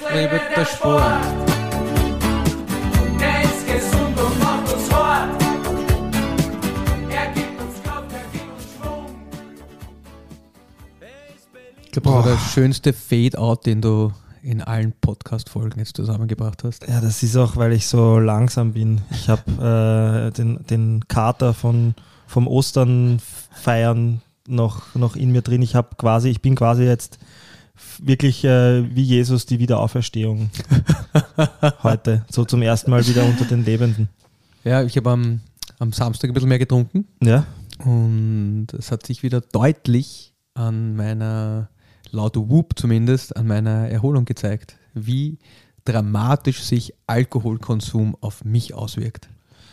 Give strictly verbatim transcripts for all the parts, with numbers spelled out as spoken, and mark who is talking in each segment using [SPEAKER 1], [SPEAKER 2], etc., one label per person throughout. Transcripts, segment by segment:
[SPEAKER 1] lebe der Sport.
[SPEAKER 2] Er ist gesund und macht uns hart. Er gibt uns Kraft, er gibt uns Schwung.
[SPEAKER 1] Ich glaube, das war der schönste Fade-Out, den du in allen Podcast-Folgen jetzt zusammengebracht hast.
[SPEAKER 3] Ja, das ist auch, weil ich so langsam bin. Ich habe äh, den, den Kater von, vom Ostern feiern noch, noch in mir drin. Ich habe quasi, ich bin quasi jetzt wirklich äh, wie Jesus die Wiederauferstehung heute. So zum ersten Mal wieder unter den Lebenden.
[SPEAKER 1] Ja, ich habe am, am Samstag ein bisschen mehr getrunken.
[SPEAKER 3] Ja.
[SPEAKER 1] Und es hat sich wieder deutlich an meiner, laut Whoop zumindest, an meiner Erholung gezeigt, wie dramatisch sich Alkoholkonsum auf mich auswirkt.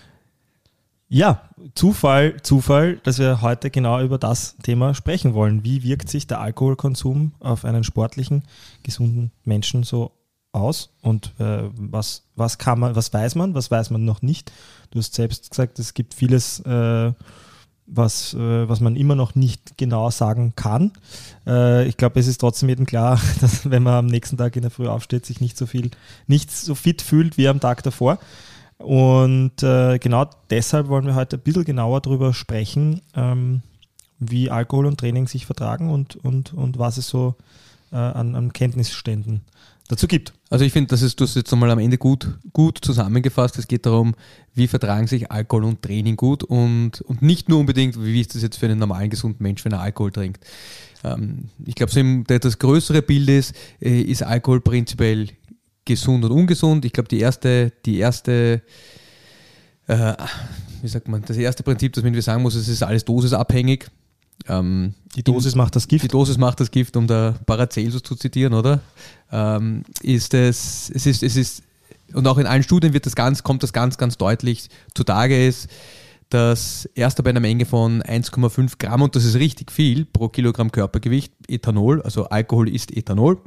[SPEAKER 3] Ja, Zufall, Zufall, dass wir heute genau über das Thema sprechen wollen. Wie wirkt sich der Alkoholkonsum auf einen sportlichen, gesunden Menschen so aus? Und äh, was, was kann man, was weiß man, was weiß man noch nicht? Du hast selbst gesagt, es gibt vieles, äh, was, äh, was man immer noch nicht genau sagen kann. Äh, ich glaube, es ist trotzdem jedem klar, dass wenn man am nächsten Tag in der Früh aufsteht, sich nicht so viel, nicht so fit fühlt wie am Tag davor. Und äh, genau deshalb wollen wir heute ein bisschen genauer darüber sprechen, ähm, wie Alkohol und Training sich vertragen und, und, und was es so äh, an, an Kenntnisständen dazu gibt.
[SPEAKER 1] Also ich finde, das ist, du hast jetzt nochmal am Ende gut, gut zusammengefasst. Es geht darum, wie vertragen sich Alkohol und Training gut und, und nicht nur unbedingt, wie ist das jetzt für einen normalen, gesunden Mensch, wenn er Alkohol trinkt. Ähm, ich glaube, so das größere Bild ist, äh, ist Alkohol prinzipiell gesund und ungesund. Ich glaube, die erste, die erste, äh, wie sagt man, das erste Prinzip, das man irgendwie sagen muss, es ist alles dosisabhängig. Ähm,
[SPEAKER 3] die Dosis macht das Gift.
[SPEAKER 1] Die Dosis macht das Gift, um der Paracelsus zu zitieren, oder? Ähm, ist es, es ist, es ist, und auch in allen Studien wird das ganz, kommt das ganz, ganz deutlich zutage ist, dass erst bei einer Menge von eins Komma fünf Gramm, und das ist richtig viel, pro Kilogramm Körpergewicht, Ethanol, also Alkohol ist Ethanol,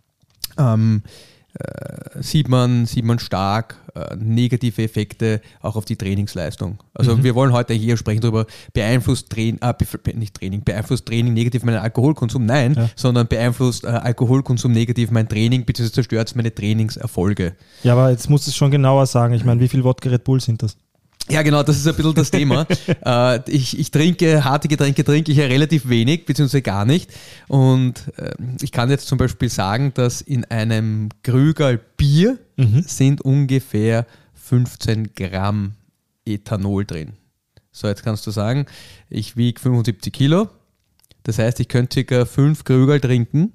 [SPEAKER 1] ähm, Äh, sieht man, sieht man stark äh, negative Effekte auch auf die Trainingsleistung. Also mhm. wir wollen heute hier sprechen darüber, beeinflusst Training, äh, be- nicht Training, beeinflusst Training negativ meinen Alkoholkonsum? Nein, ja. sondern beeinflusst äh, Alkoholkonsum negativ mein Training, beziehungsweise zerstört es meine Trainingserfolge.
[SPEAKER 3] Ja, aber jetzt musst du es schon genauer sagen. Ich meine, wie viel Wodka Red Bull sind das?
[SPEAKER 1] Ja, genau, das ist ein bisschen das Thema. äh, ich, ich trinke, harte Getränke trinke ich ja relativ wenig, beziehungsweise gar nicht. Und äh, ich kann jetzt zum Beispiel sagen, dass in einem Krügerl Bier mhm. sind ungefähr fünfzehn Gramm Ethanol drin. So, jetzt kannst du sagen, ich wiege fünfundsiebzig Kilo. Das heißt, ich könnte circa fünf Krügerl trinken,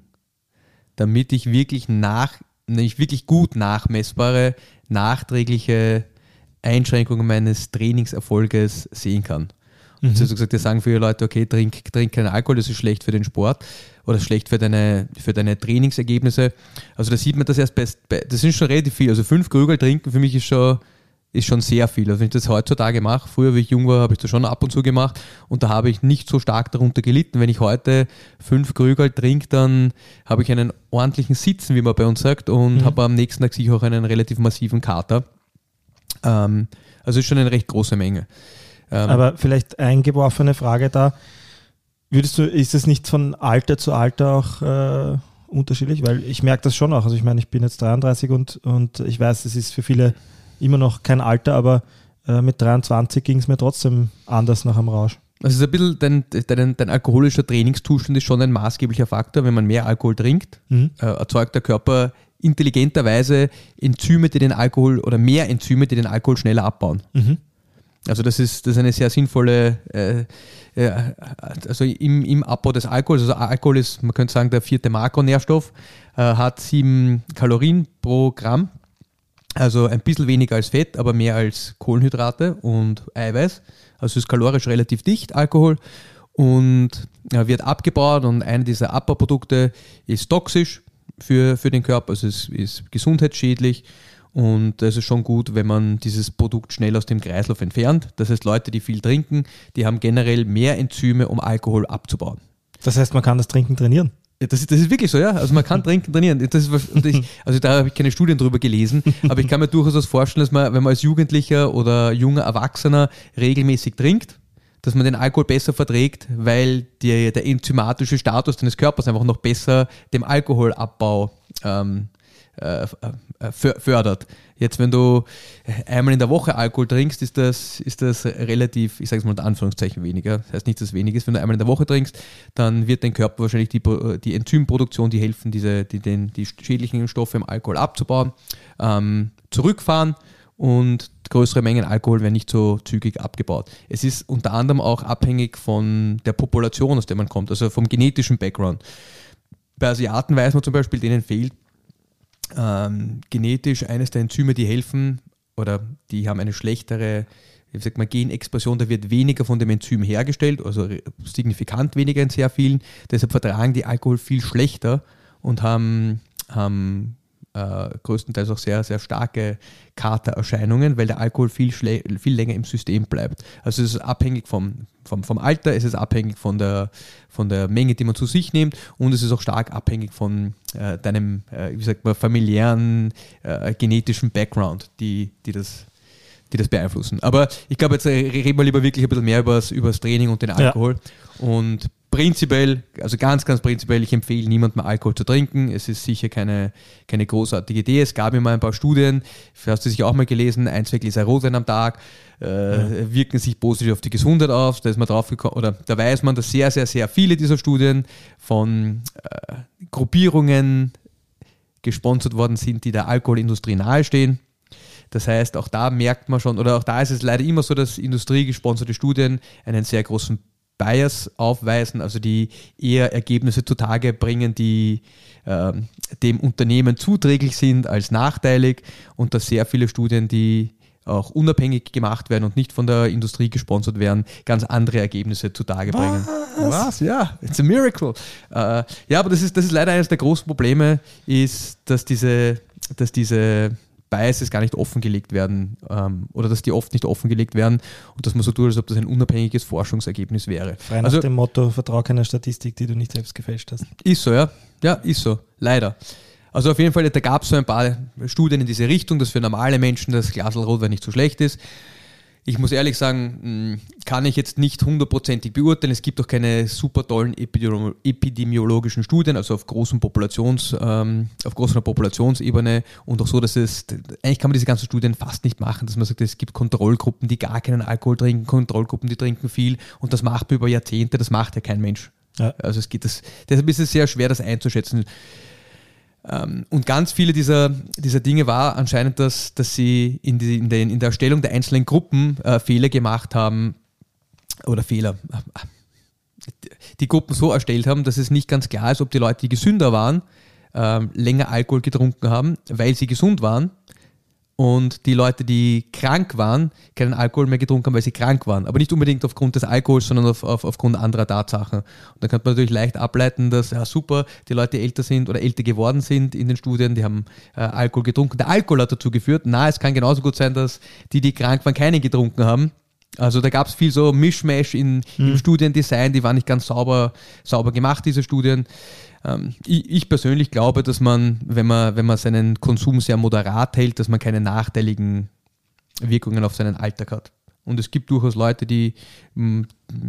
[SPEAKER 1] damit ich wirklich nach, nämlich wirklich gut nachmessbare, nachträgliche Einschränkungen meines Trainingserfolges sehen kann. Mhm. Und so hast du gesagt, wir sagen viele Leute, okay, trink, trink keinen Alkohol, das ist schlecht für den Sport oder schlecht für deine, für deine Trainingsergebnisse. Also da sieht man das erst bei, das ist schon relativ viel. Also fünf Krügerl trinken für mich ist schon, ist schon sehr viel. Also wenn ich das heutzutage mache, früher, wie ich jung war, habe ich das schon ab und zu gemacht und da habe ich nicht so stark darunter gelitten. Wenn ich heute fünf Krügerl trinke, dann habe ich einen ordentlichen Sitzen, wie man bei uns sagt, und mhm. habe am nächsten Tag sicher auch einen relativ massiven Kater. Ähm, also ist schon eine recht große Menge. Ähm,
[SPEAKER 3] Aber vielleicht eingeworfene Frage da. Würdest du, ist es nicht von Alter zu Alter auch äh, unterschiedlich? Weil ich merke das schon auch. Also ich meine, ich bin jetzt dreiunddreißig und, und ich weiß, es ist für viele immer noch kein Alter, aber äh, mit dreiundzwanzig ging es mir trotzdem anders nach dem Rausch.
[SPEAKER 1] Also es ist ein bisschen, dein, dein, dein alkoholischer Trainingszustand ist schon ein maßgeblicher Faktor. Wenn man mehr Alkohol trinkt, mhm. äh, erzeugt der Körper intelligenterweise Enzyme, die den Alkohol oder mehr Enzyme, die den Alkohol schneller abbauen. Mhm. Also das ist, das ist eine sehr sinnvolle, äh, äh, also im, im Abbau des Alkohols, also Alkohol ist, man könnte sagen, der vierte Makronährstoff, äh, hat sieben Kalorien pro Gramm, also ein bisschen weniger als Fett, aber mehr als Kohlenhydrate und Eiweiß. Also ist kalorisch relativ dicht, Alkohol, und ja, wird abgebaut, und eine dieser Abbauprodukte ist toxisch für, für den Körper, also es ist gesundheitsschädlich, und es ist schon gut, wenn man dieses Produkt schnell aus dem Kreislauf entfernt. Das heißt, Leute, die viel trinken, die haben generell mehr Enzyme, um Alkohol abzubauen.
[SPEAKER 3] Das heißt, man kann das Trinken trainieren?
[SPEAKER 1] Ja, das, ist, das ist wirklich so, ja. Also man kann Trinken trainieren. Das ist, und ich, also da habe ich keine Studien drüber gelesen, aber ich kann mir durchaus vorstellen, dass man, wenn man als Jugendlicher oder junger Erwachsener regelmäßig trinkt, dass man den Alkohol besser verträgt, weil die, der enzymatische Status deines Körpers einfach noch besser dem Alkoholabbau ähm, äh, fördert. Jetzt, wenn du einmal in der Woche Alkohol trinkst, ist das, ist das relativ, ich sage es mal unter Anführungszeichen weniger. Das heißt nicht, dass es wenig ist. Wenn du einmal in der Woche trinkst, dann wird dein Körper wahrscheinlich die, die Enzymproduktion, die helfen, diese, die, den, die schädlichen Stoffe im Alkohol abzubauen, ähm, zurückfahren und größere Mengen Alkohol werden nicht so zügig abgebaut. Es ist unter anderem auch abhängig von der Population, aus der man kommt, also vom genetischen Background. Bei Asiaten weiß man zum Beispiel, denen fehlt ähm, genetisch eines der Enzyme, die helfen oder die haben eine schlechtere, ich sag mal, Genexpression, da wird weniger von dem Enzym hergestellt, also signifikant weniger in sehr vielen, deshalb vertragen die Alkohol viel schlechter und haben, haben äh, größtenteils auch sehr, sehr starke Katererscheinungen, weil der Alkohol viel, schle- viel länger im System bleibt. Also es ist abhängig vom, vom, vom Alter, es ist abhängig von der, von der Menge, die man zu sich nimmt und es ist auch stark abhängig von äh, deinem, äh, wie sagt man, familiären, äh, genetischen Background, die, die das die das beeinflussen. Aber ich glaube, jetzt reden wir lieber wirklich ein bisschen mehr über das Training und den Alkohol. Ja. Und prinzipiell, also ganz, ganz prinzipiell, ich empfehle niemandem Alkohol zu trinken. Es ist sicher keine, keine großartige Idee. Es gab immer ein paar Studien, hast du sicher auch mal gelesen, ein, zwei Gläser Rotwein am Tag äh, ja. wirken sich positiv auf die Gesundheit auf. Da ist man drauf gekommen, oder da weiß man, dass sehr, sehr, sehr viele dieser Studien von äh, Gruppierungen gesponsert worden sind, die der Alkoholindustrie nahestehen. Das heißt, auch da merkt man schon, oder auch da ist es leider immer so, dass industriegesponserte Studien einen sehr großen Bias aufweisen, also die eher Ergebnisse zutage bringen, die äh, dem Unternehmen zuträglich sind als nachteilig und dass sehr viele Studien, die auch unabhängig gemacht werden und nicht von der Industrie gesponsert werden, ganz andere Ergebnisse zutage bringen.
[SPEAKER 3] Was?
[SPEAKER 1] Was? Ja, it's a miracle. Äh, ja, aber das ist, das ist leider eines der großen Probleme, ist, dass diese, dass diese Biases gar nicht offengelegt werden ähm, oder dass die oft nicht offengelegt werden und dass man so tut, als ob das ein unabhängiges Forschungsergebnis wäre.
[SPEAKER 3] Frei nach
[SPEAKER 1] also,
[SPEAKER 3] dem Motto, vertrau keiner Statistik, die du nicht selbst gefälscht hast.
[SPEAKER 1] Ist so, ja. Ja, ist so. Leider. Also auf jeden Fall, da gab es so ein paar Studien in diese Richtung, dass für normale Menschen das Glas Rotwein nicht so schlecht ist. Ich muss ehrlich sagen, kann ich jetzt nicht hundertprozentig beurteilen. Es gibt auch keine super tollen epidemiologischen Studien, also auf großen Populations, ähm, auf großer Populationsebene und auch so, dass es, eigentlich kann man diese ganzen Studien fast nicht machen, dass man sagt, es gibt Kontrollgruppen, die gar keinen Alkohol trinken, Kontrollgruppen, die trinken viel und das macht man über Jahrzehnte, das macht ja kein Mensch. Ja. Also es geht das, deshalb ist es sehr schwer, das einzuschätzen. Und ganz viele dieser, dieser Dinge war anscheinend, dass, dass sie in, die, in, der, in der Erstellung der einzelnen Gruppen äh, Fehler gemacht haben oder Fehler, die Gruppen so erstellt haben, dass es nicht ganz klar ist, ob die Leute, die gesünder waren, äh, länger Alkohol getrunken haben, weil sie gesund waren und die Leute, die krank waren, keinen Alkohol mehr getrunken haben, weil sie krank waren. Aber nicht unbedingt aufgrund des Alkohols, sondern auf, auf, aufgrund anderer Tatsachen. Und da kann man natürlich leicht ableiten, dass, ja super, die Leute, die älter sind oder älter geworden sind in den Studien, die haben äh, Alkohol getrunken. Der Alkohol hat dazu geführt. Na, es kann genauso gut sein, dass die, die krank waren, keinen getrunken haben. Also da gab es viel so Mischmasch in, mhm. im Studiendesign, die waren nicht ganz sauber, sauber gemacht, diese Studien. Ähm, ich, ich persönlich glaube, dass man, wenn man, wenn man seinen Konsum sehr moderat hält, dass man keine nachteiligen Wirkungen auf seinen Alltag hat. Und es gibt durchaus Leute, die, in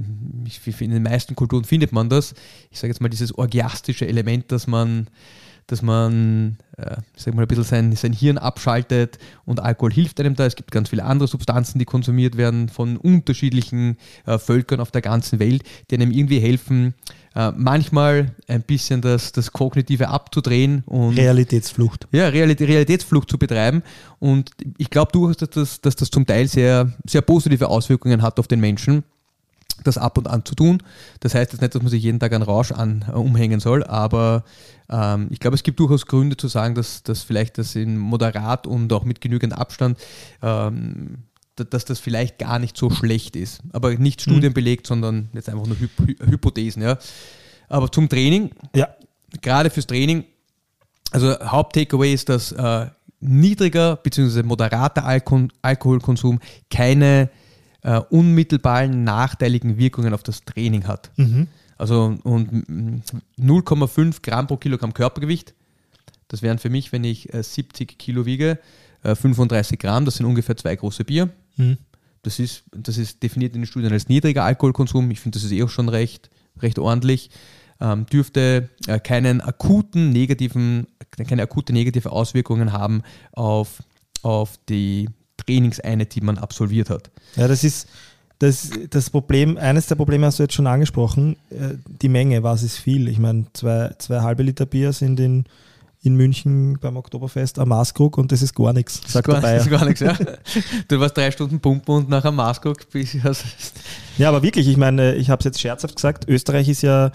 [SPEAKER 1] den meisten Kulturen findet man das, ich sage jetzt mal dieses orgiastische Element, dass man dass man äh, ich sag mal, ein bisschen sein, sein Hirn abschaltet und Alkohol hilft einem da. Es gibt ganz viele andere Substanzen, die konsumiert werden von unterschiedlichen äh, Völkern auf der ganzen Welt, die einem irgendwie helfen, äh, manchmal ein bisschen das, das Kognitive abzudrehen und
[SPEAKER 3] Realitätsflucht.
[SPEAKER 1] Ja, Realität, Realitätsflucht zu betreiben. Und ich glaube durchaus, dass das, dass das zum Teil sehr, sehr positive Auswirkungen hat auf den Menschen, das ab und an zu tun. Das heißt jetzt nicht, dass man sich jeden Tag einen Rausch an, äh, umhängen soll, aber ähm, ich glaube, es gibt durchaus Gründe zu sagen, dass, dass vielleicht das in moderat und auch mit genügend Abstand, ähm, dass das vielleicht gar nicht so schlecht ist. Aber nicht studienbelegt, mhm. sondern jetzt einfach nur Hy- Hypothesen. Ja. Aber zum Training,
[SPEAKER 3] ja.
[SPEAKER 1] gerade fürs Training, also Haupt-Takeaway ist, dass äh, niedriger bzw. moderater Alko- Alkoholkonsum keine Uh, unmittelbaren nachteiligen Wirkungen auf das Training hat. Mhm. Also und null Komma fünf Gramm pro Kilogramm Körpergewicht, das wären für mich, wenn ich äh, siebzig Kilo wiege, äh, fünfunddreißig Gramm, das sind ungefähr zwei große Bier. Mhm. Das ist, das ist definiert in den Studien als niedriger Alkoholkonsum. Ich finde, das ist eh auch schon recht, recht ordentlich. ähm, dürfte äh, keinen akuten negativen, keine akute negative Auswirkungen haben auf, auf die Trainingseinheit, die man absolviert hat.
[SPEAKER 3] Ja, das ist das, das Problem, eines der Probleme hast du jetzt schon angesprochen, äh, die Menge, was ist viel? Ich meine, zwei, zwei halbe Liter Bier sind in, in München beim Oktoberfest am Maßkrug und das ist gar nichts.
[SPEAKER 1] Sagt gar, das ist gar nichts, ja. Du warst drei Stunden pumpen und nachher Maßkrug bis hast.
[SPEAKER 3] Ja, aber wirklich, ich meine, ich habe es jetzt scherzhaft gesagt, Österreich ist ja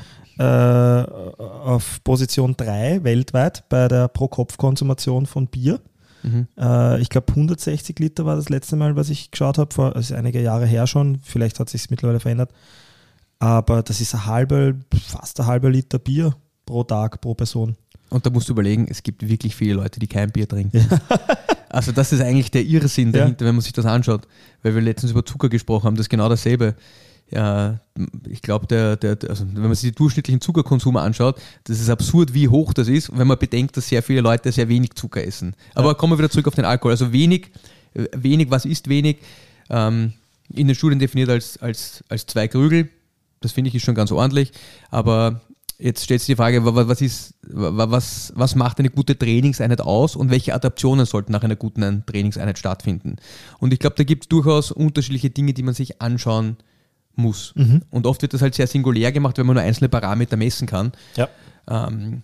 [SPEAKER 3] äh, auf Position drei weltweit bei der Pro-Kopf-Konsumation von Bier. Mhm. Äh, ich glaube hundertsechzig Liter war das letzte Mal, was ich geschaut habe, vor also einige Jahre her schon, vielleicht hat sich es mittlerweile verändert, aber das ist ein halber, fast ein halber Liter Bier pro Tag, pro Person.
[SPEAKER 1] Und da musst du überlegen, es gibt wirklich viele Leute, die kein Bier trinken. Ja. Also das ist eigentlich der Irrsinn dahinter, ja. Wenn man sich das anschaut, weil wir letztens über Zucker gesprochen haben, das ist genau dasselbe. Ja, ich glaube, der, der, also wenn man sich die durchschnittlichen Zuckerkonsum anschaut, das ist absurd, wie hoch das ist, wenn man bedenkt, dass sehr viele Leute sehr wenig Zucker essen. Aber ja. Kommen wir wieder zurück auf den Alkohol. Also wenig, wenig, was ist wenig? Ähm, in den Studien definiert als, als, als zwei Krügel. Das finde ich ist schon ganz ordentlich. Aber jetzt stellt sich die Frage, was, ist, was, was macht eine gute Trainingseinheit aus und welche Adaptionen sollten nach einer guten Trainingseinheit stattfinden? Und ich glaube, da gibt es durchaus unterschiedliche Dinge, die man sich anschauen muss. Mhm. Und oft wird das halt sehr singulär gemacht, wenn man nur einzelne Parameter messen kann.
[SPEAKER 3] Ja.
[SPEAKER 1] Ähm,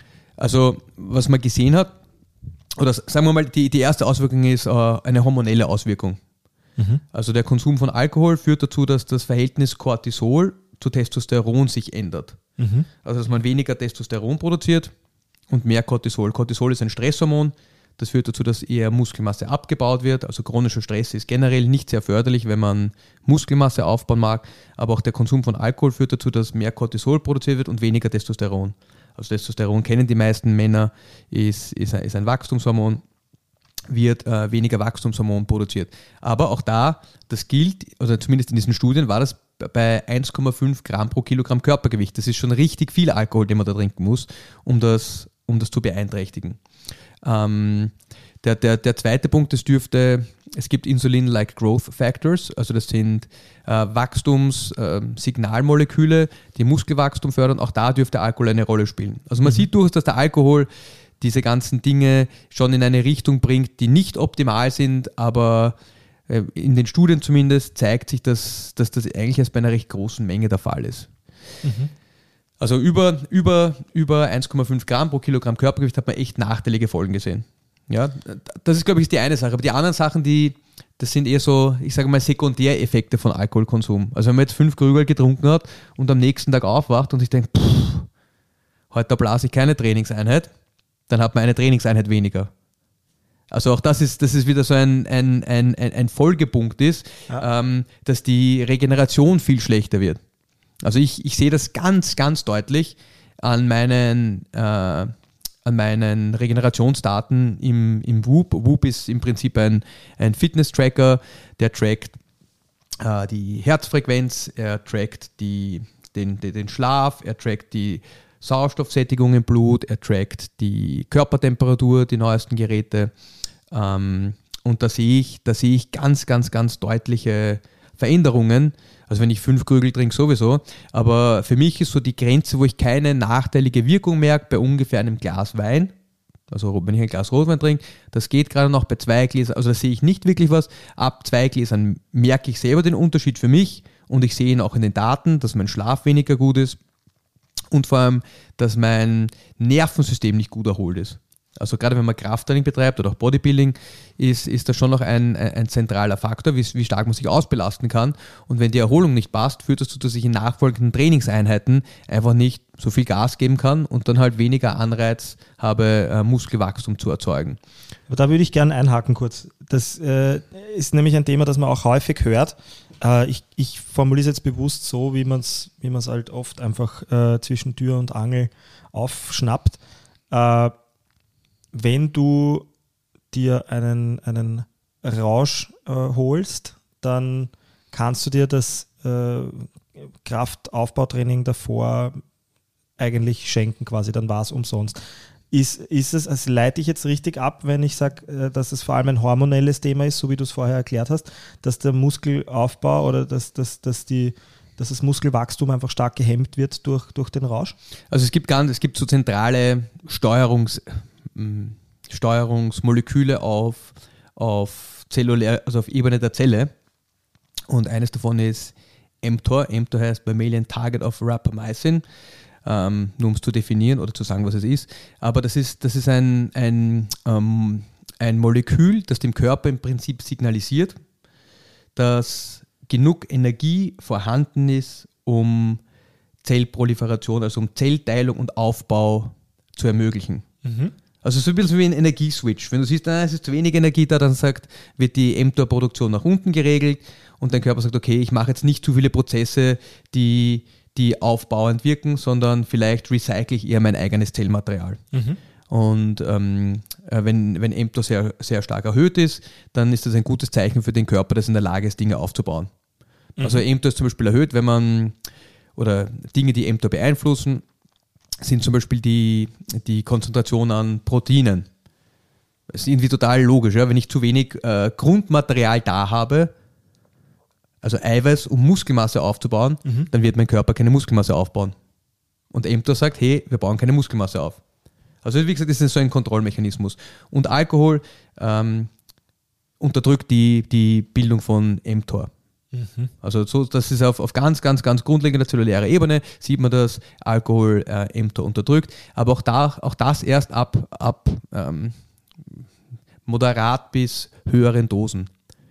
[SPEAKER 1] also, was man gesehen hat, oder sagen wir mal, die, die erste Auswirkung ist äh, eine hormonelle Auswirkung. Mhm. Also der Konsum von Alkohol führt dazu, dass das Verhältnis Cortisol zu Testosteron sich ändert. Mhm. Also, dass man weniger Testosteron produziert und mehr Cortisol. Cortisol ist ein Stresshormon. Das führt dazu, dass eher Muskelmasse abgebaut wird. Also chronischer Stress ist generell nicht sehr förderlich, wenn man Muskelmasse aufbauen mag. Aber auch der Konsum von Alkohol führt dazu, dass mehr Cortisol produziert wird und weniger Testosteron. Also Testosteron kennen die meisten Männer, ist, ist, ein, ist ein Wachstumshormon, wird äh, weniger Wachstumshormon produziert. Aber auch da, das gilt, also zumindest in diesen Studien war das bei eins Komma fünf Gramm pro Kilogramm Körpergewicht. Das ist schon richtig viel Alkohol, den man da trinken muss, um das, um das zu beeinträchtigen. Ähm, der, der, der zweite Punkt, das dürfte, es gibt Insulin-like Growth Factors, also das sind äh, Wachstumssignalmoleküle, äh, die Muskelwachstum fördern, auch da dürfte Alkohol eine Rolle spielen. Also man mhm. sieht durchaus, dass der Alkohol diese ganzen Dinge schon in eine Richtung bringt, die nicht optimal sind, aber äh, in den Studien zumindest zeigt sich, dass, dass das eigentlich erst bei einer recht großen Menge der Fall ist. Mhm. Also über, über, über eins Komma fünf Gramm pro Kilogramm Körpergewicht hat man echt nachteilige Folgen gesehen. Ja, das ist, glaube ich, die eine Sache. Aber die anderen Sachen, die, das sind eher so, ich sage mal, Sekundäreffekte von Alkoholkonsum. Also wenn man jetzt fünf Krügel getrunken hat und am nächsten Tag aufwacht und sich denkt, pff, heute blase ich keine Trainingseinheit, dann hat man eine Trainingseinheit weniger. Also auch das ist, das ist wieder so ein, ein, ein, ein Folgepunkt ist, ja. ähm, dass die Regeneration viel schlechter wird. Also ich, ich sehe das ganz, ganz deutlich an meinen, äh, an meinen Regenerationsdaten im, im Whoop. Whoop ist im Prinzip ein, ein Fitness-Tracker, der trackt äh, die Herzfrequenz, er trackt die, den, den, den Schlaf, er trackt die Sauerstoffsättigung im Blut, er trackt die Körpertemperatur, die neuesten Geräte. Ähm, und da sehe ich, da sehe ich ganz, ganz, ganz deutliche Veränderungen. Also wenn ich fünf Krügel trinke, sowieso. Aber für mich ist so die Grenze, wo ich keine nachteilige Wirkung merke, bei ungefähr einem Glas Wein. Also wenn ich ein Glas Rotwein trinke, das geht gerade noch bei zwei Gläsern. Also da sehe ich nicht wirklich was. Ab zwei Gläsern merke ich selber den Unterschied für mich. Und ich sehe ihn auch in den Daten, dass mein Schlaf weniger gut ist. Und vor allem, dass mein Nervensystem nicht gut erholt ist. Also gerade wenn man Krafttraining betreibt oder auch Bodybuilding, ist, ist das schon noch ein, ein, ein zentraler Faktor, wie, wie stark man sich ausbelasten kann. Und wenn die Erholung nicht passt, führt das dazu, dass ich in nachfolgenden Trainingseinheiten einfach nicht so viel Gas geben kann und dann halt weniger Anreiz habe, äh, Muskelwachstum zu erzeugen.
[SPEAKER 3] Aber da würde ich gerne einhaken kurz. Das äh, ist nämlich ein Thema, das man auch häufig hört. Äh, ich, ich formuliere es jetzt bewusst so, wie man es wie man es halt oft einfach äh, zwischen Tür und Angel aufschnappt. Äh, Wenn du dir einen, einen Rausch äh, holst, dann kannst du dir das äh, Kraftaufbautraining davor eigentlich schenken quasi, dann war es umsonst. Ist, ist es, also leite ich jetzt richtig ab, wenn ich sage, äh, dass es vor allem ein hormonelles Thema ist, so wie du es vorher erklärt hast, dass der Muskelaufbau oder dass, dass, dass, die, dass das Muskelwachstum einfach stark gehemmt wird durch, durch den Rausch?
[SPEAKER 1] Also es gibt ganz, es gibt so zentrale Steuerungs, ähm, Steuerungsmoleküle auf, auf zellulär, also auf Ebene der Zelle. Und eines davon ist mTOR. mTOR heißt Mammalian Target of Rapamycin. Ähm, nur um es zu definieren oder zu sagen, was es ist. Aber das ist, das ist ein, ein, ähm, ein Molekül, das dem Körper im Prinzip signalisiert, dass genug Energie vorhanden ist, um Zellproliferation, also um Zellteilung und Aufbau zu ermöglichen.
[SPEAKER 3] Mhm.
[SPEAKER 1] Also so ein bisschen wie ein Energieswitch. Wenn du siehst, ah, es ist zu wenig Energie da, dann sagt, wird die mTOR-Produktion nach unten geregelt und dein Körper sagt, okay, ich mache jetzt nicht zu viele Prozesse, die die aufbauend wirken, sondern vielleicht recycle ich eher mein eigenes Zellmaterial.
[SPEAKER 3] Mhm.
[SPEAKER 1] Und ähm, wenn, wenn mTOR sehr, sehr stark erhöht ist, dann ist das ein gutes Zeichen für den Körper, dass er in der Lage ist, Dinge aufzubauen. Mhm. Also mTOR ist zum Beispiel erhöht, wenn man, oder Dinge, die mTOR beeinflussen, sind zum Beispiel die, die Konzentration an Proteinen. Das ist irgendwie total logisch, ja? Wenn ich zu wenig äh, Grundmaterial da habe, also Eiweiß, um Muskelmasse aufzubauen, mhm. dann wird mein Körper keine Muskelmasse aufbauen. Und mTOR sagt, hey, wir bauen keine Muskelmasse auf. Also wie gesagt, das ist so ein Kontrollmechanismus. Und Alkohol ähm, unterdrückt die, die Bildung von mTOR. Mhm. Also so, das ist auf, auf ganz, ganz, ganz grundlegender zellulärer Ebene, sieht man, dass Alkohol äh, mTOR unterdrückt. Aber auch, da, auch das erst ab, ab ähm, moderat bis höheren Dosen.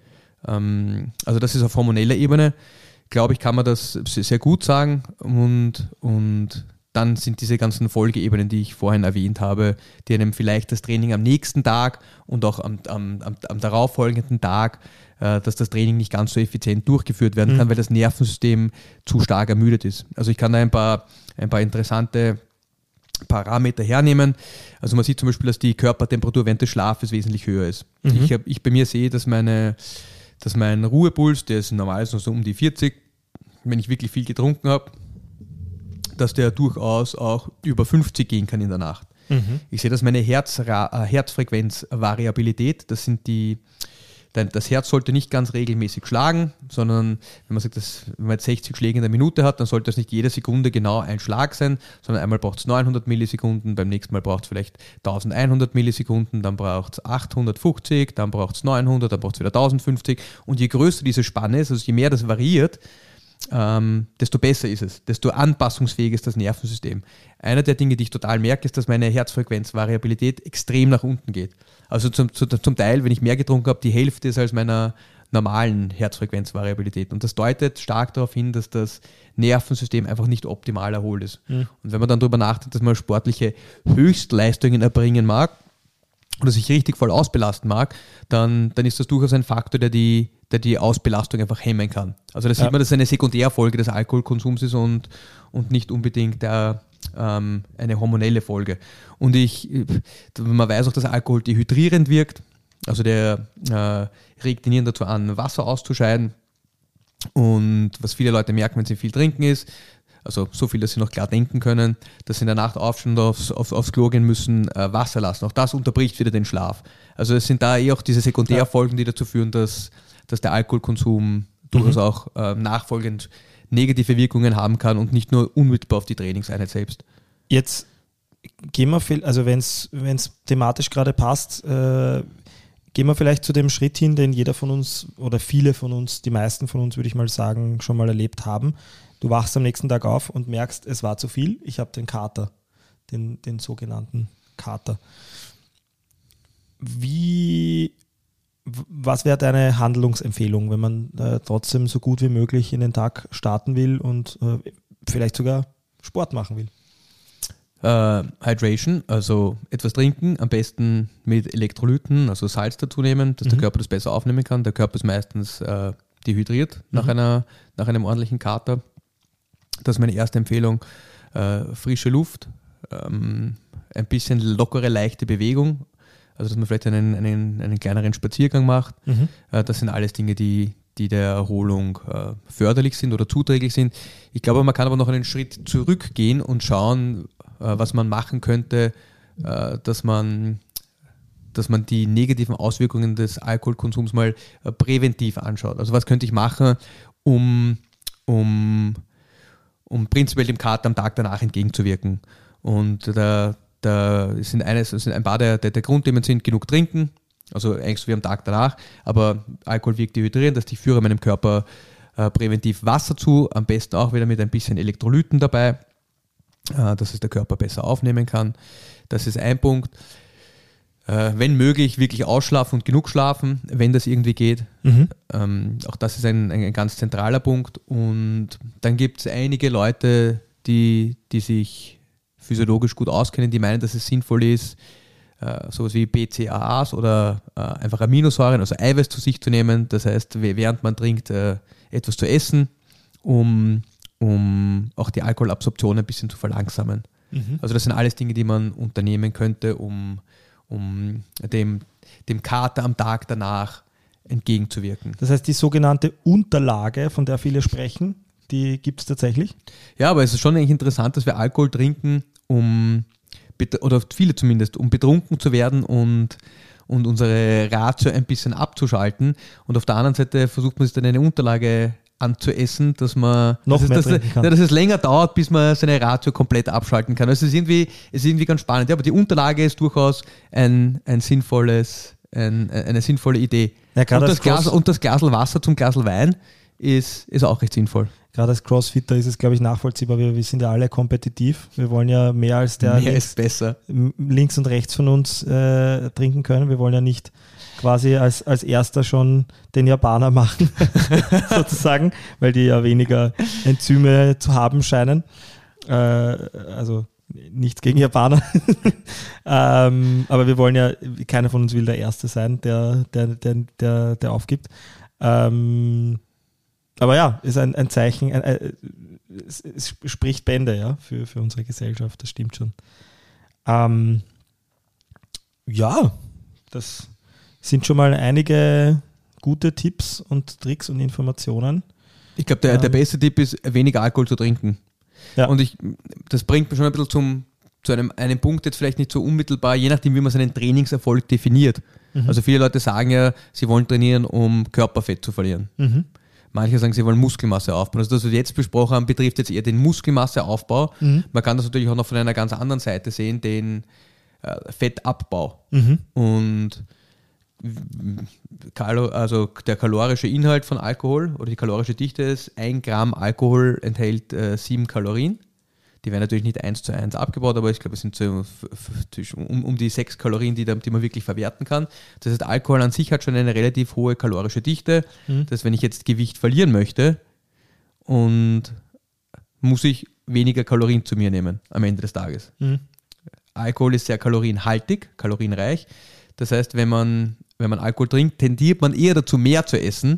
[SPEAKER 1] Also das ist auf hormoneller Ebene, glaube ich, kann man das sehr gut sagen und, und dann sind diese ganzen Folgeebenen, die ich vorhin erwähnt habe, die einem vielleicht das Training am nächsten Tag und auch am, am, am, am darauffolgenden Tag, äh, dass das Training nicht ganz so effizient durchgeführt werden kann, mhm. weil das Nervensystem zu stark ermüdet ist. Also ich kann da ein paar, ein paar interessante Parameter hernehmen. Also man sieht zum Beispiel, dass die Körpertemperatur während des Schlafes wesentlich höher ist. Mhm. Ich, hab, ich bei mir sehe, dass meine dass mein Ruhepuls, der ist normalerweise so um die vierzig, wenn ich wirklich viel getrunken habe, dass der durchaus auch über fünfzig gehen kann in der Nacht. Mhm. Ich sehe, dass meine Herzra- Herzfrequenzvariabilität, das sind die, das Herz sollte nicht ganz regelmäßig schlagen, sondern wenn man sagt, dass, wenn man jetzt sechzig Schläge in der Minute hat, dann sollte das nicht jede Sekunde genau ein Schlag sein, sondern einmal braucht es neunhundert Millisekunden, beim nächsten Mal braucht es vielleicht elfhundert Millisekunden, dann braucht es achthundertfünfzig, dann braucht es neunhundert, dann braucht es wieder tausendfünfzig und je größer diese Spanne ist, also je mehr das variiert, ähm, desto besser ist es, desto anpassungsfähig ist das Nervensystem. Einer der Dinge, die ich total merke, ist, dass meine Herzfrequenzvariabilität extrem nach unten geht. Also zum, zum, zum Teil, wenn ich mehr getrunken habe, die Hälfte ist als meiner normalen Herzfrequenzvariabilität. Und das deutet stark darauf hin, dass das Nervensystem einfach nicht optimal erholt ist. Mhm. Und wenn man dann darüber nachdenkt, dass man sportliche Höchstleistungen erbringen mag oder sich richtig voll ausbelasten mag, dann, dann ist das durchaus ein Faktor, der die, der die Ausbelastung einfach hemmen kann. Also da sieht ja. man, dass es eine Sekundärfolge des Alkoholkonsums ist und, und nicht unbedingt der, ähm, eine hormonelle Folge. Und ich, man weiß auch, dass Alkohol dehydrierend wirkt. Also der äh, regt die Nieren dazu an, Wasser auszuscheiden. Und was viele Leute merken, wenn sie viel trinken, ist, also so viel, dass sie noch klar denken können, dass sie in der Nacht aufstehen und aufs, aufs, aufs Klo gehen müssen, äh, Wasser lassen. Auch das unterbricht wieder den Schlaf. Also es sind da eh auch diese Sekundärfolgen, die dazu führen, dass, dass der Alkoholkonsum durchaus mhm. auch äh, nachfolgend negative Wirkungen haben kann und nicht nur unmittelbar auf die Trainingseinheit selbst.
[SPEAKER 3] Jetzt gehen wir, viel, also wenn es thematisch gerade passt, äh, gehen wir vielleicht zu dem Schritt hin, den jeder von uns oder viele von uns, die meisten von uns, würde ich mal sagen, schon mal erlebt haben. Du wachst am nächsten Tag auf und merkst, es war zu viel, ich habe den Kater, den, den sogenannten Kater. Wie, was wäre deine Handlungsempfehlung, wenn man äh, trotzdem so gut wie möglich in den Tag starten will und äh, vielleicht sogar Sport machen will?
[SPEAKER 1] Uh, Hydration, also etwas trinken, am besten mit Elektrolyten, also Salz dazu nehmen, dass mhm. der Körper das besser aufnehmen kann. Der Körper ist meistens äh, dehydriert mhm. nach, einer, nach einem ordentlichen Kater. Das ist meine erste Empfehlung. Äh, frische Luft, ähm, ein bisschen lockere, leichte Bewegung, also dass man vielleicht einen, einen, einen kleineren Spaziergang macht. Mhm. Äh, das sind alles Dinge, die, die der Erholung äh, förderlich sind oder zuträglich sind. Ich glaube, man kann aber noch einen Schritt zurückgehen und schauen, was man machen könnte, dass man, dass man die negativen Auswirkungen des Alkoholkonsums mal präventiv anschaut. Also was könnte ich machen, um, um, um prinzipiell dem Kater am Tag danach entgegenzuwirken. Und da, da sind, eines, sind ein paar der, der, der Grundthemen sind genug trinken, also eigentlich so wie am Tag danach, aber Alkohol wirkt dehydrierend, dass ich führe meinem Körper äh, präventiv Wasser zu, am besten auch wieder mit ein bisschen Elektrolyten dabei, äh, dass es der Körper besser aufnehmen kann. Das ist ein Punkt. Äh, wenn möglich, wirklich ausschlafen und genug schlafen, wenn das irgendwie geht.
[SPEAKER 3] Mhm.
[SPEAKER 1] Ähm, auch das ist ein, ein, ein ganz zentraler Punkt. Und dann gibt es einige Leute, die, die sich physiologisch gut auskennen, die meinen, dass es sinnvoll ist, äh, sowas wie B C A As oder äh, einfach Aminosäuren, also Eiweiß zu sich zu nehmen. Das heißt, während man trinkt, äh, etwas zu essen, um, um auch die Alkoholabsorption ein bisschen zu verlangsamen. Mhm. Also das sind alles Dinge, die man unternehmen könnte, um um dem, dem Kater am Tag danach entgegenzuwirken.
[SPEAKER 3] Das heißt, die sogenannte Unterlage, von der viele sprechen, die gibt es tatsächlich?
[SPEAKER 1] Ja, aber es ist schon eigentlich interessant, dass wir Alkohol trinken, um, oder viele zumindest, um betrunken zu werden und, und unsere Ratio ein bisschen abzuschalten. Und auf der anderen Seite versucht man sich dann eine Unterlage anzuessen, dass man
[SPEAKER 3] noch
[SPEAKER 1] dass
[SPEAKER 3] mehr
[SPEAKER 1] es, dass,
[SPEAKER 3] trinken kann.
[SPEAKER 1] Ja, dass es länger dauert, bis man seine Ratio komplett abschalten kann. Also es ist irgendwie, es ist irgendwie ganz spannend. Ja, aber die Unterlage ist durchaus ein, ein sinnvolles, ein, eine sinnvolle Idee.
[SPEAKER 3] Ja,
[SPEAKER 1] und, das Glas, und das Glasl Wasser zum Glasl Wein ist, ist auch recht sinnvoll.
[SPEAKER 3] Gerade als Crossfitter ist es, glaube ich, nachvollziehbar. Wir, wir sind ja alle kompetitiv. Wir wollen ja mehr als der
[SPEAKER 1] mehr
[SPEAKER 3] links,
[SPEAKER 1] ist besser.
[SPEAKER 3] links und rechts von uns äh, trinken können. Wir wollen ja nicht quasi als, als erster schon den Japaner machen, sozusagen, weil die ja weniger Enzyme zu haben scheinen. Äh, also nichts gegen Japaner. ähm, aber wir wollen ja, keiner von uns will der Erste sein, der, der, der, der, der aufgibt. Ähm, aber ja, ist ein, ein Zeichen, ein, ein, es, es spricht Bände, ja, für, für unsere Gesellschaft, das stimmt schon. Ähm, ja, das sind schon mal einige gute Tipps und Tricks und Informationen.
[SPEAKER 1] Ich glaube, der,
[SPEAKER 3] ähm,
[SPEAKER 1] der beste Tipp ist, weniger Alkohol zu trinken.
[SPEAKER 3] Ja.
[SPEAKER 1] Und ich, das bringt mich schon ein bisschen zum, zu einem, einem Punkt, jetzt vielleicht nicht so unmittelbar, je nachdem, wie man seinen Trainingserfolg definiert. Mhm. Also viele Leute sagen ja, sie wollen trainieren, um Körperfett zu verlieren. Mhm. Manche sagen, sie wollen Muskelmasse aufbauen. Also das, was wir jetzt besprochen haben, betrifft jetzt eher den Muskelmasseaufbau. Mhm. Man kann das natürlich auch noch von einer ganz anderen Seite sehen, den äh, Fettabbau. Mhm. Und also der kalorische Inhalt von Alkohol oder die kalorische Dichte ist, ein Gramm Alkohol enthält äh, sieben Kalorien. Die werden natürlich nicht eins zu eins abgebaut, aber ich glaube, es sind so um, um die sechs Kalorien, die, da, die man wirklich verwerten kann. Das heißt, Alkohol an sich hat schon eine relativ hohe kalorische Dichte. Mhm. Das heißt, wenn ich jetzt Gewicht verlieren möchte, und muss ich weniger Kalorien zu mir nehmen am Ende des Tages. Mhm. Alkohol ist sehr kalorienhaltig, kalorienreich. Das heißt, wenn man, wenn man Alkohol trinkt, tendiert man eher dazu, mehr zu essen,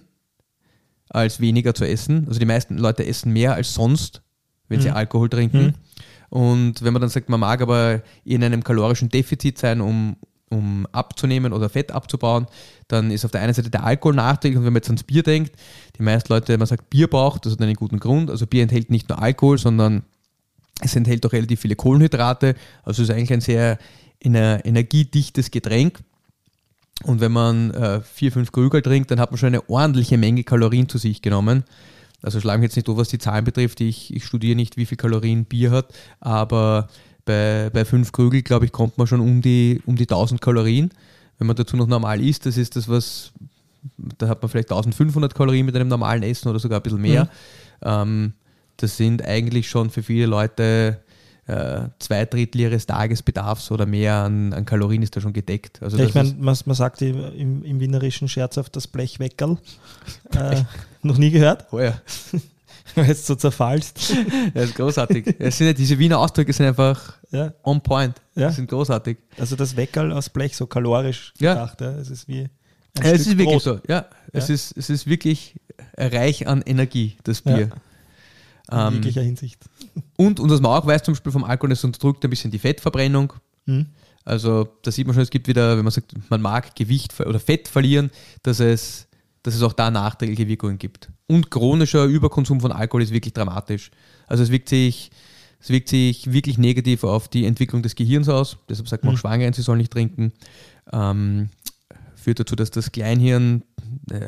[SPEAKER 1] als weniger zu essen. Also die meisten Leute essen mehr als sonst, wenn mhm. sie Alkohol trinken. Mhm. Und wenn man dann sagt, man mag aber in einem kalorischen Defizit sein, um, um abzunehmen oder Fett abzubauen, dann ist auf der einen Seite der Alkohol nachträglich. Und wenn man jetzt ans Bier denkt, die meisten Leute, man sagt, Bier braucht, das hat einen guten Grund. Also Bier enthält nicht nur Alkohol, sondern es enthält auch relativ viele Kohlenhydrate. Also es ist eigentlich ein sehr energiedichtes Getränk. Und wenn man äh, vier, fünf Krügel trinkt, dann hat man schon eine ordentliche Menge Kalorien zu sich genommen. Also schlagen wir jetzt nicht durch, was die Zahlen betrifft. Ich, ich studiere nicht, wie viel Kalorien Bier hat, aber bei, bei fünf Krügel, glaube ich, kommt man schon um die, um die tausend Kalorien. Wenn man dazu noch normal isst, das ist das, was, da hat man vielleicht eintausendfünfhundert Kalorien mit einem normalen Essen oder sogar ein bisschen mehr. Mhm. Ähm, das sind eigentlich schon für viele Leute äh, zwei Drittel ihres Tagesbedarfs oder mehr an, an Kalorien ist da schon gedeckt. Also
[SPEAKER 3] ja,
[SPEAKER 1] das
[SPEAKER 3] ich meine, man, man sagt im, im Wienerischen scherzhaft das Blechweckerl. Äh, noch nie gehört?
[SPEAKER 1] Oh ja.
[SPEAKER 3] Jetzt so zerfallst.
[SPEAKER 1] Das ist großartig. Es sind ja, diese Wiener Ausdrücke sind einfach
[SPEAKER 3] ja.
[SPEAKER 1] on point.
[SPEAKER 3] Ja.
[SPEAKER 1] Die sind großartig.
[SPEAKER 3] Also das Weckerl aus Blech, so kalorisch
[SPEAKER 1] ja.
[SPEAKER 3] gedacht. Ja. Es ist wie ein
[SPEAKER 1] ja,
[SPEAKER 3] Stück
[SPEAKER 1] es ist wirklich
[SPEAKER 3] Brot.
[SPEAKER 1] so. Ja. Ja. Es, ist, es ist wirklich reich an Energie, das Bier.
[SPEAKER 3] Ja. In jeglicher Hinsicht.
[SPEAKER 1] Und, und was man auch weiß zum Beispiel vom Alkohol, es unterdrückt ein bisschen die Fettverbrennung. Mhm. Also da sieht man schon, es gibt wieder, wenn man sagt, man mag Gewicht oder Fett verlieren, dass es, dass es auch da nachträgliche Wirkungen gibt. Und chronischer Überkonsum von Alkohol ist wirklich dramatisch. Also es wirkt sich, es wirkt sich wirklich negativ auf die Entwicklung des Gehirns aus. Deshalb sagt man mhm. auch Schwangeren, sie sollen nicht trinken. Ähm, führt dazu, dass das Kleinhirn, äh,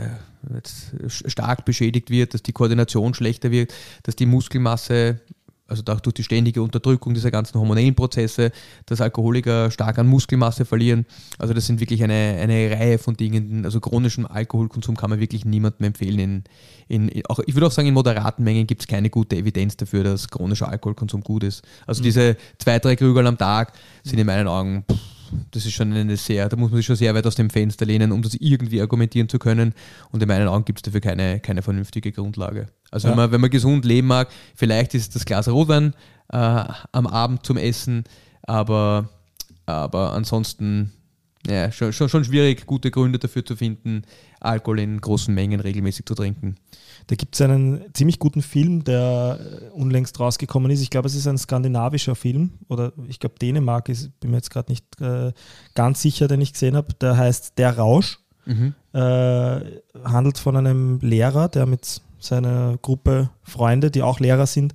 [SPEAKER 1] jetzt stark beschädigt wird, dass die Koordination schlechter wird, dass die Muskelmasse, also auch durch die ständige Unterdrückung dieser ganzen hormonellen Prozesse, dass Alkoholiker stark an Muskelmasse verlieren. Also das sind wirklich eine, eine Reihe von Dingen. Also chronischen Alkoholkonsum kann man wirklich niemandem empfehlen. In, in, auch, ich würde auch sagen, in moderaten Mengen gibt es keine gute Evidenz dafür, dass chronischer Alkoholkonsum gut ist. Also mhm. diese zwei, drei Krügerl am Tag sind in meinen Augen, pff, das ist schon eine sehr, da muss man sich schon sehr weit aus dem Fenster lehnen, um das irgendwie argumentieren zu können. Und in meinen Augen gibt es dafür keine, keine vernünftige Grundlage. Also ja. wenn, man, wenn man gesund leben mag, vielleicht ist das Glas Rotwein äh, am Abend zum Essen, aber, aber ansonsten ja, schon, schon, schon schwierig, gute Gründe dafür zu finden, Alkohol in großen Mengen regelmäßig zu trinken.
[SPEAKER 3] Da gibt es einen ziemlich guten Film, der unlängst rausgekommen ist. Ich glaube, es ist ein skandinavischer Film oder ich glaube Dänemark, ist, bin mir jetzt gerade nicht äh, ganz sicher, den ich gesehen habe. Der heißt Der Rausch. Mhm. Äh, handelt von einem Lehrer, der mit seiner Gruppe Freunde, die auch Lehrer sind,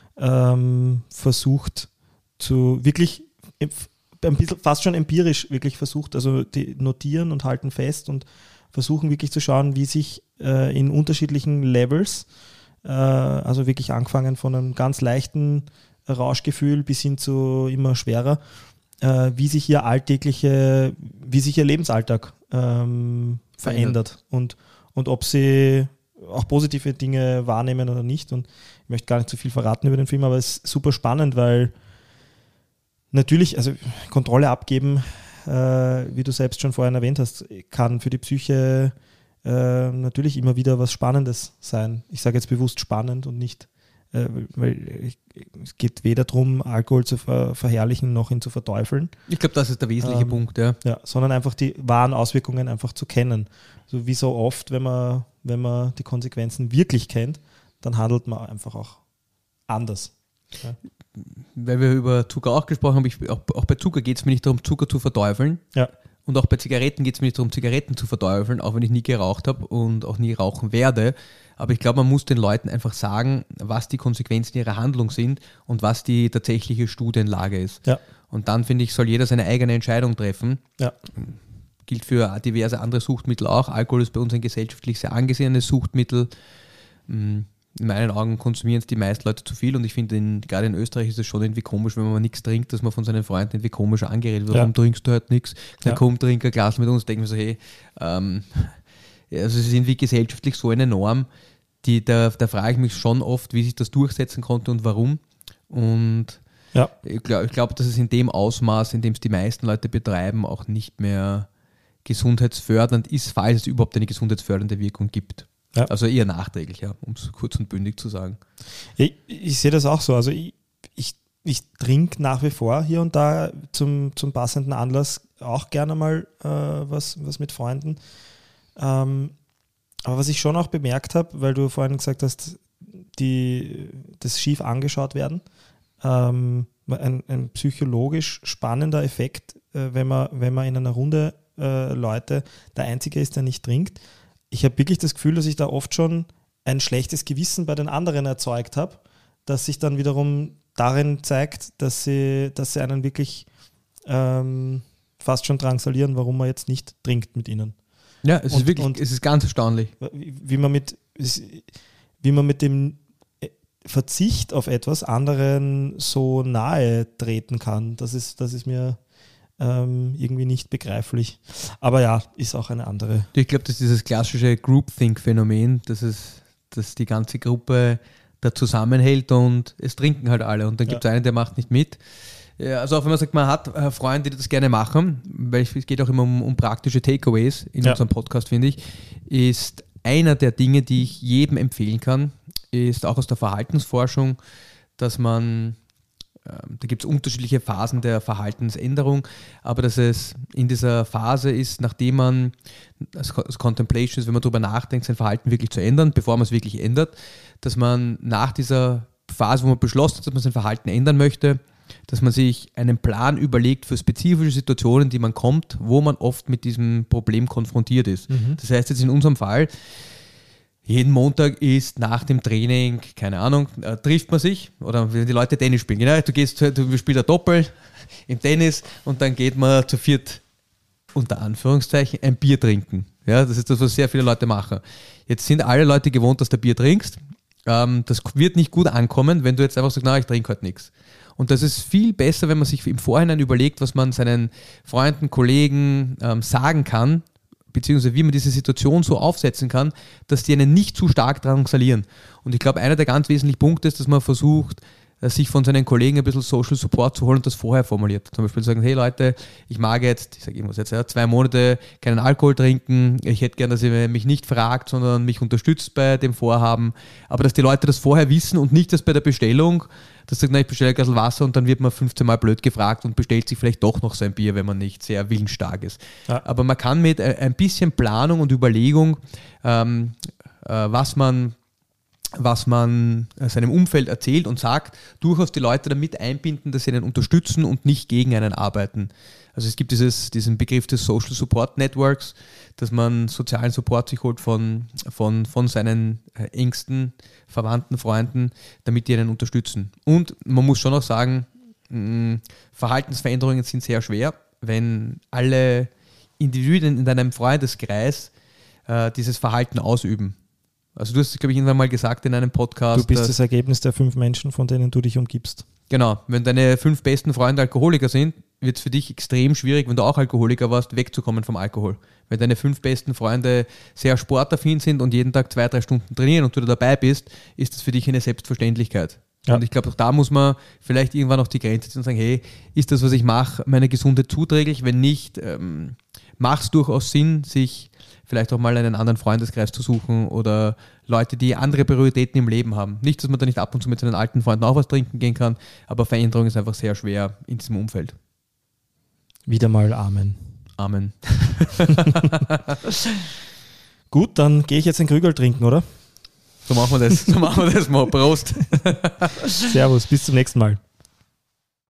[SPEAKER 3] ähm, versucht zu wirklich ein bisschen fast schon empirisch wirklich versucht, also die notieren und halten fest und versuchen wirklich zu schauen, wie sich äh, in unterschiedlichen Levels, äh, also wirklich angefangen von einem ganz leichten Rauschgefühl bis hin zu immer schwerer, äh, wie sich ihr alltägliche, wie sich ihr Lebensalltag ähm, verändert und, und ob sie auch positive Dinge wahrnehmen oder nicht. Und ich möchte gar nicht zu viel verraten über den Film, aber es ist super spannend, weil natürlich, also Kontrolle abgeben, äh, wie du selbst schon vorhin erwähnt hast, kann für die Psyche äh, natürlich immer wieder was Spannendes sein. Ich sage jetzt bewusst spannend und nicht, äh, weil es geht weder darum, Alkohol zu ver- verherrlichen noch ihn zu verteufeln.
[SPEAKER 1] Ich glaube, das ist der wesentliche ähm, Punkt, ja.
[SPEAKER 3] Ja, sondern einfach die wahren Auswirkungen einfach zu kennen. So wie so oft, wenn man, wenn man die Konsequenzen wirklich kennt, dann handelt man einfach auch anders. Ja.
[SPEAKER 1] Weil wir über Zucker auch gesprochen haben, ich, auch, auch bei Zucker geht es mir nicht darum, Zucker zu verteufeln.
[SPEAKER 3] Ja.
[SPEAKER 1] Und auch bei Zigaretten geht es mir nicht darum, Zigaretten zu verteufeln, auch wenn ich nie geraucht habe und auch nie rauchen werde. Aber ich glaube, man muss den Leuten einfach sagen, was die Konsequenzen ihrer Handlung sind und was die tatsächliche Studienlage ist.
[SPEAKER 3] Ja.
[SPEAKER 1] Und dann, finde ich, soll jeder seine eigene Entscheidung treffen.
[SPEAKER 3] Ja.
[SPEAKER 1] Gilt für diverse andere Suchtmittel auch. Alkohol ist bei uns ein gesellschaftlich sehr angesehenes Suchtmittel. In meinen Augen konsumieren es die meisten Leute zu viel und ich finde, in, gerade in Österreich ist es schon irgendwie komisch, wenn man nichts trinkt, dass man von seinen Freunden irgendwie komisch angeredet wird. Warum ja. trinkst du halt nichts? Dann ja. komm, trink ein Glas mit uns. Denken wir so, hey, ähm, also es ist irgendwie gesellschaftlich so eine Norm, die, da, da frage ich mich schon oft, wie sich das durchsetzen konnte und warum. Und ja. ich glaube, ich glaub, dass es in dem Ausmaß, in dem es die meisten Leute betreiben, auch nicht mehr gesundheitsfördernd ist, falls es überhaupt eine gesundheitsfördernde Wirkung gibt. Ja. Also eher nachträglich, ja, um es kurz und bündig zu sagen.
[SPEAKER 3] Ich, ich sehe das auch so. Also ich, ich, ich trinke nach wie vor hier und da zum, zum passenden Anlass auch gerne mal äh, was, was mit Freunden. Ähm, aber was ich schon auch bemerkt habe, weil du vorhin gesagt hast, die, das schief angeschaut werden, ähm, ein, ein psychologisch spannender Effekt, äh, wenn, man, wenn man in einer Runde äh, Leute der Einzige ist, der nicht trinkt. Ich habe wirklich das Gefühl, dass ich da oft schon ein schlechtes Gewissen bei den anderen erzeugt habe, das sich dann wiederum darin zeigt, dass sie, dass sie einen wirklich ähm, fast schon drangsalieren, warum man jetzt nicht trinkt mit ihnen.
[SPEAKER 1] Ja, es
[SPEAKER 3] und,
[SPEAKER 1] ist wirklich,
[SPEAKER 3] und
[SPEAKER 1] es ist ganz erstaunlich.
[SPEAKER 3] Wie, wie, man mit, wie man mit dem Verzicht auf etwas anderen so nahe treten kann, das ist, das ist mir Ähm, irgendwie nicht begreiflich. Aber ja, ist auch eine andere.
[SPEAKER 1] Ich glaube, das ist dieses klassische Groupthink-Phänomen, dass es, dass die ganze Gruppe da zusammenhält und es trinken halt alle und dann gibt es ja. einen, der macht nicht mit. Ja, also auch wenn man sagt, man hat äh, Freunde, die das gerne machen, weil es geht auch immer um, um praktische Takeaways in ja. unserem Podcast, finde ich, ist einer der Dinge, die ich jedem empfehlen kann, ist auch aus der Verhaltensforschung, dass man da gibt es unterschiedliche Phasen der Verhaltensänderung, aber dass es in dieser Phase ist, nachdem man, das Contemplation ist, wenn man darüber nachdenkt, sein Verhalten wirklich zu ändern, bevor man es wirklich ändert, dass man nach dieser Phase, wo man beschlossen hat, dass man sein Verhalten ändern möchte, dass man sich einen Plan überlegt für spezifische Situationen, die man kommt, wo man oft mit diesem Problem konfrontiert ist. Mhm. Das heißt jetzt in unserem Fall, jeden Montag ist nach dem Training, keine Ahnung, äh, trifft man sich oder wenn die Leute Tennis spielen. Genau, du gehst, du spielst ein Doppel im Tennis und dann geht man zu viert, unter Anführungszeichen, ein Bier trinken. Ja, das ist das, was sehr viele Leute machen. Jetzt sind alle Leute gewohnt, dass du Bier trinkst. Ähm, das wird nicht gut ankommen, wenn du jetzt einfach sagst, na, ich trinke halt nichts. Und das ist viel besser, wenn man sich im Vorhinein überlegt, was man seinen Freunden, Kollegen ähm, sagen kann, beziehungsweise wie man diese Situation so aufsetzen kann, dass die einen nicht zu stark drangsalieren. Und ich glaube, einer der ganz wesentlichen Punkte ist, dass man versucht, sich von seinen Kollegen ein bisschen Social Support zu holen und das vorher formuliert. Zum Beispiel sagen, hey Leute, ich mag jetzt, ich sage irgendwas jetzt, ja, zwei Monate keinen Alkohol trinken, ich hätte gern, dass ihr mich nicht fragt, sondern mich unterstützt bei dem Vorhaben, aber dass die Leute das vorher wissen und nicht, dass bei der Bestellung, dass sagt, na, ich bestelle ein Glas Wasser und dann wird man fünfzehn Mal blöd gefragt und bestellt sich vielleicht doch noch sein Bier, wenn man nicht sehr willensstark ist. Ja. Aber man kann mit ein bisschen Planung und Überlegung, ähm, äh, was man was man seinem Umfeld erzählt und sagt, durchaus die Leute damit einbinden, dass sie einen unterstützen und nicht gegen einen arbeiten. Also es gibt dieses, diesen Begriff des Social Support Networks, dass man sozialen Support sich holt von, von, von seinen engsten Verwandten, Freunden, damit die einen unterstützen. Und man muss schon auch sagen, mh, Verhaltensveränderungen sind sehr schwer, wenn alle Individuen in deinem Freundeskreis äh, dieses Verhalten ausüben. Also du hast es, glaube ich, irgendwann mal gesagt in einem Podcast.
[SPEAKER 3] Du bist das Ergebnis der fünf Menschen, von denen du dich umgibst.
[SPEAKER 1] Genau. Wenn deine fünf besten Freunde Alkoholiker sind, wird es für dich extrem schwierig, wenn du auch Alkoholiker warst, wegzukommen vom Alkohol. Wenn deine fünf besten Freunde sehr sportaffin sind und jeden Tag zwei, drei Stunden trainieren und du da dabei bist, ist das für dich eine Selbstverständlichkeit. Ja. Und ich glaube, auch da muss man vielleicht irgendwann noch die Grenze ziehen und sagen, hey, ist das, was ich mache, meiner Gesundheit zuträglich? Wenn nicht, ähm, macht es durchaus Sinn, sich vielleicht auch mal einen anderen Freundeskreis zu suchen oder Leute, die andere Prioritäten im Leben haben. Nicht, dass man da nicht ab und zu mit seinen alten Freunden auch was trinken gehen kann, aber Veränderung ist einfach sehr schwer in diesem Umfeld.
[SPEAKER 3] Wieder mal Amen.
[SPEAKER 1] Amen.
[SPEAKER 3] Gut, dann gehe ich jetzt den Krügel trinken, oder?
[SPEAKER 1] So machen wir das. So machen wir das mal. Prost.
[SPEAKER 3] Servus, bis zum nächsten Mal.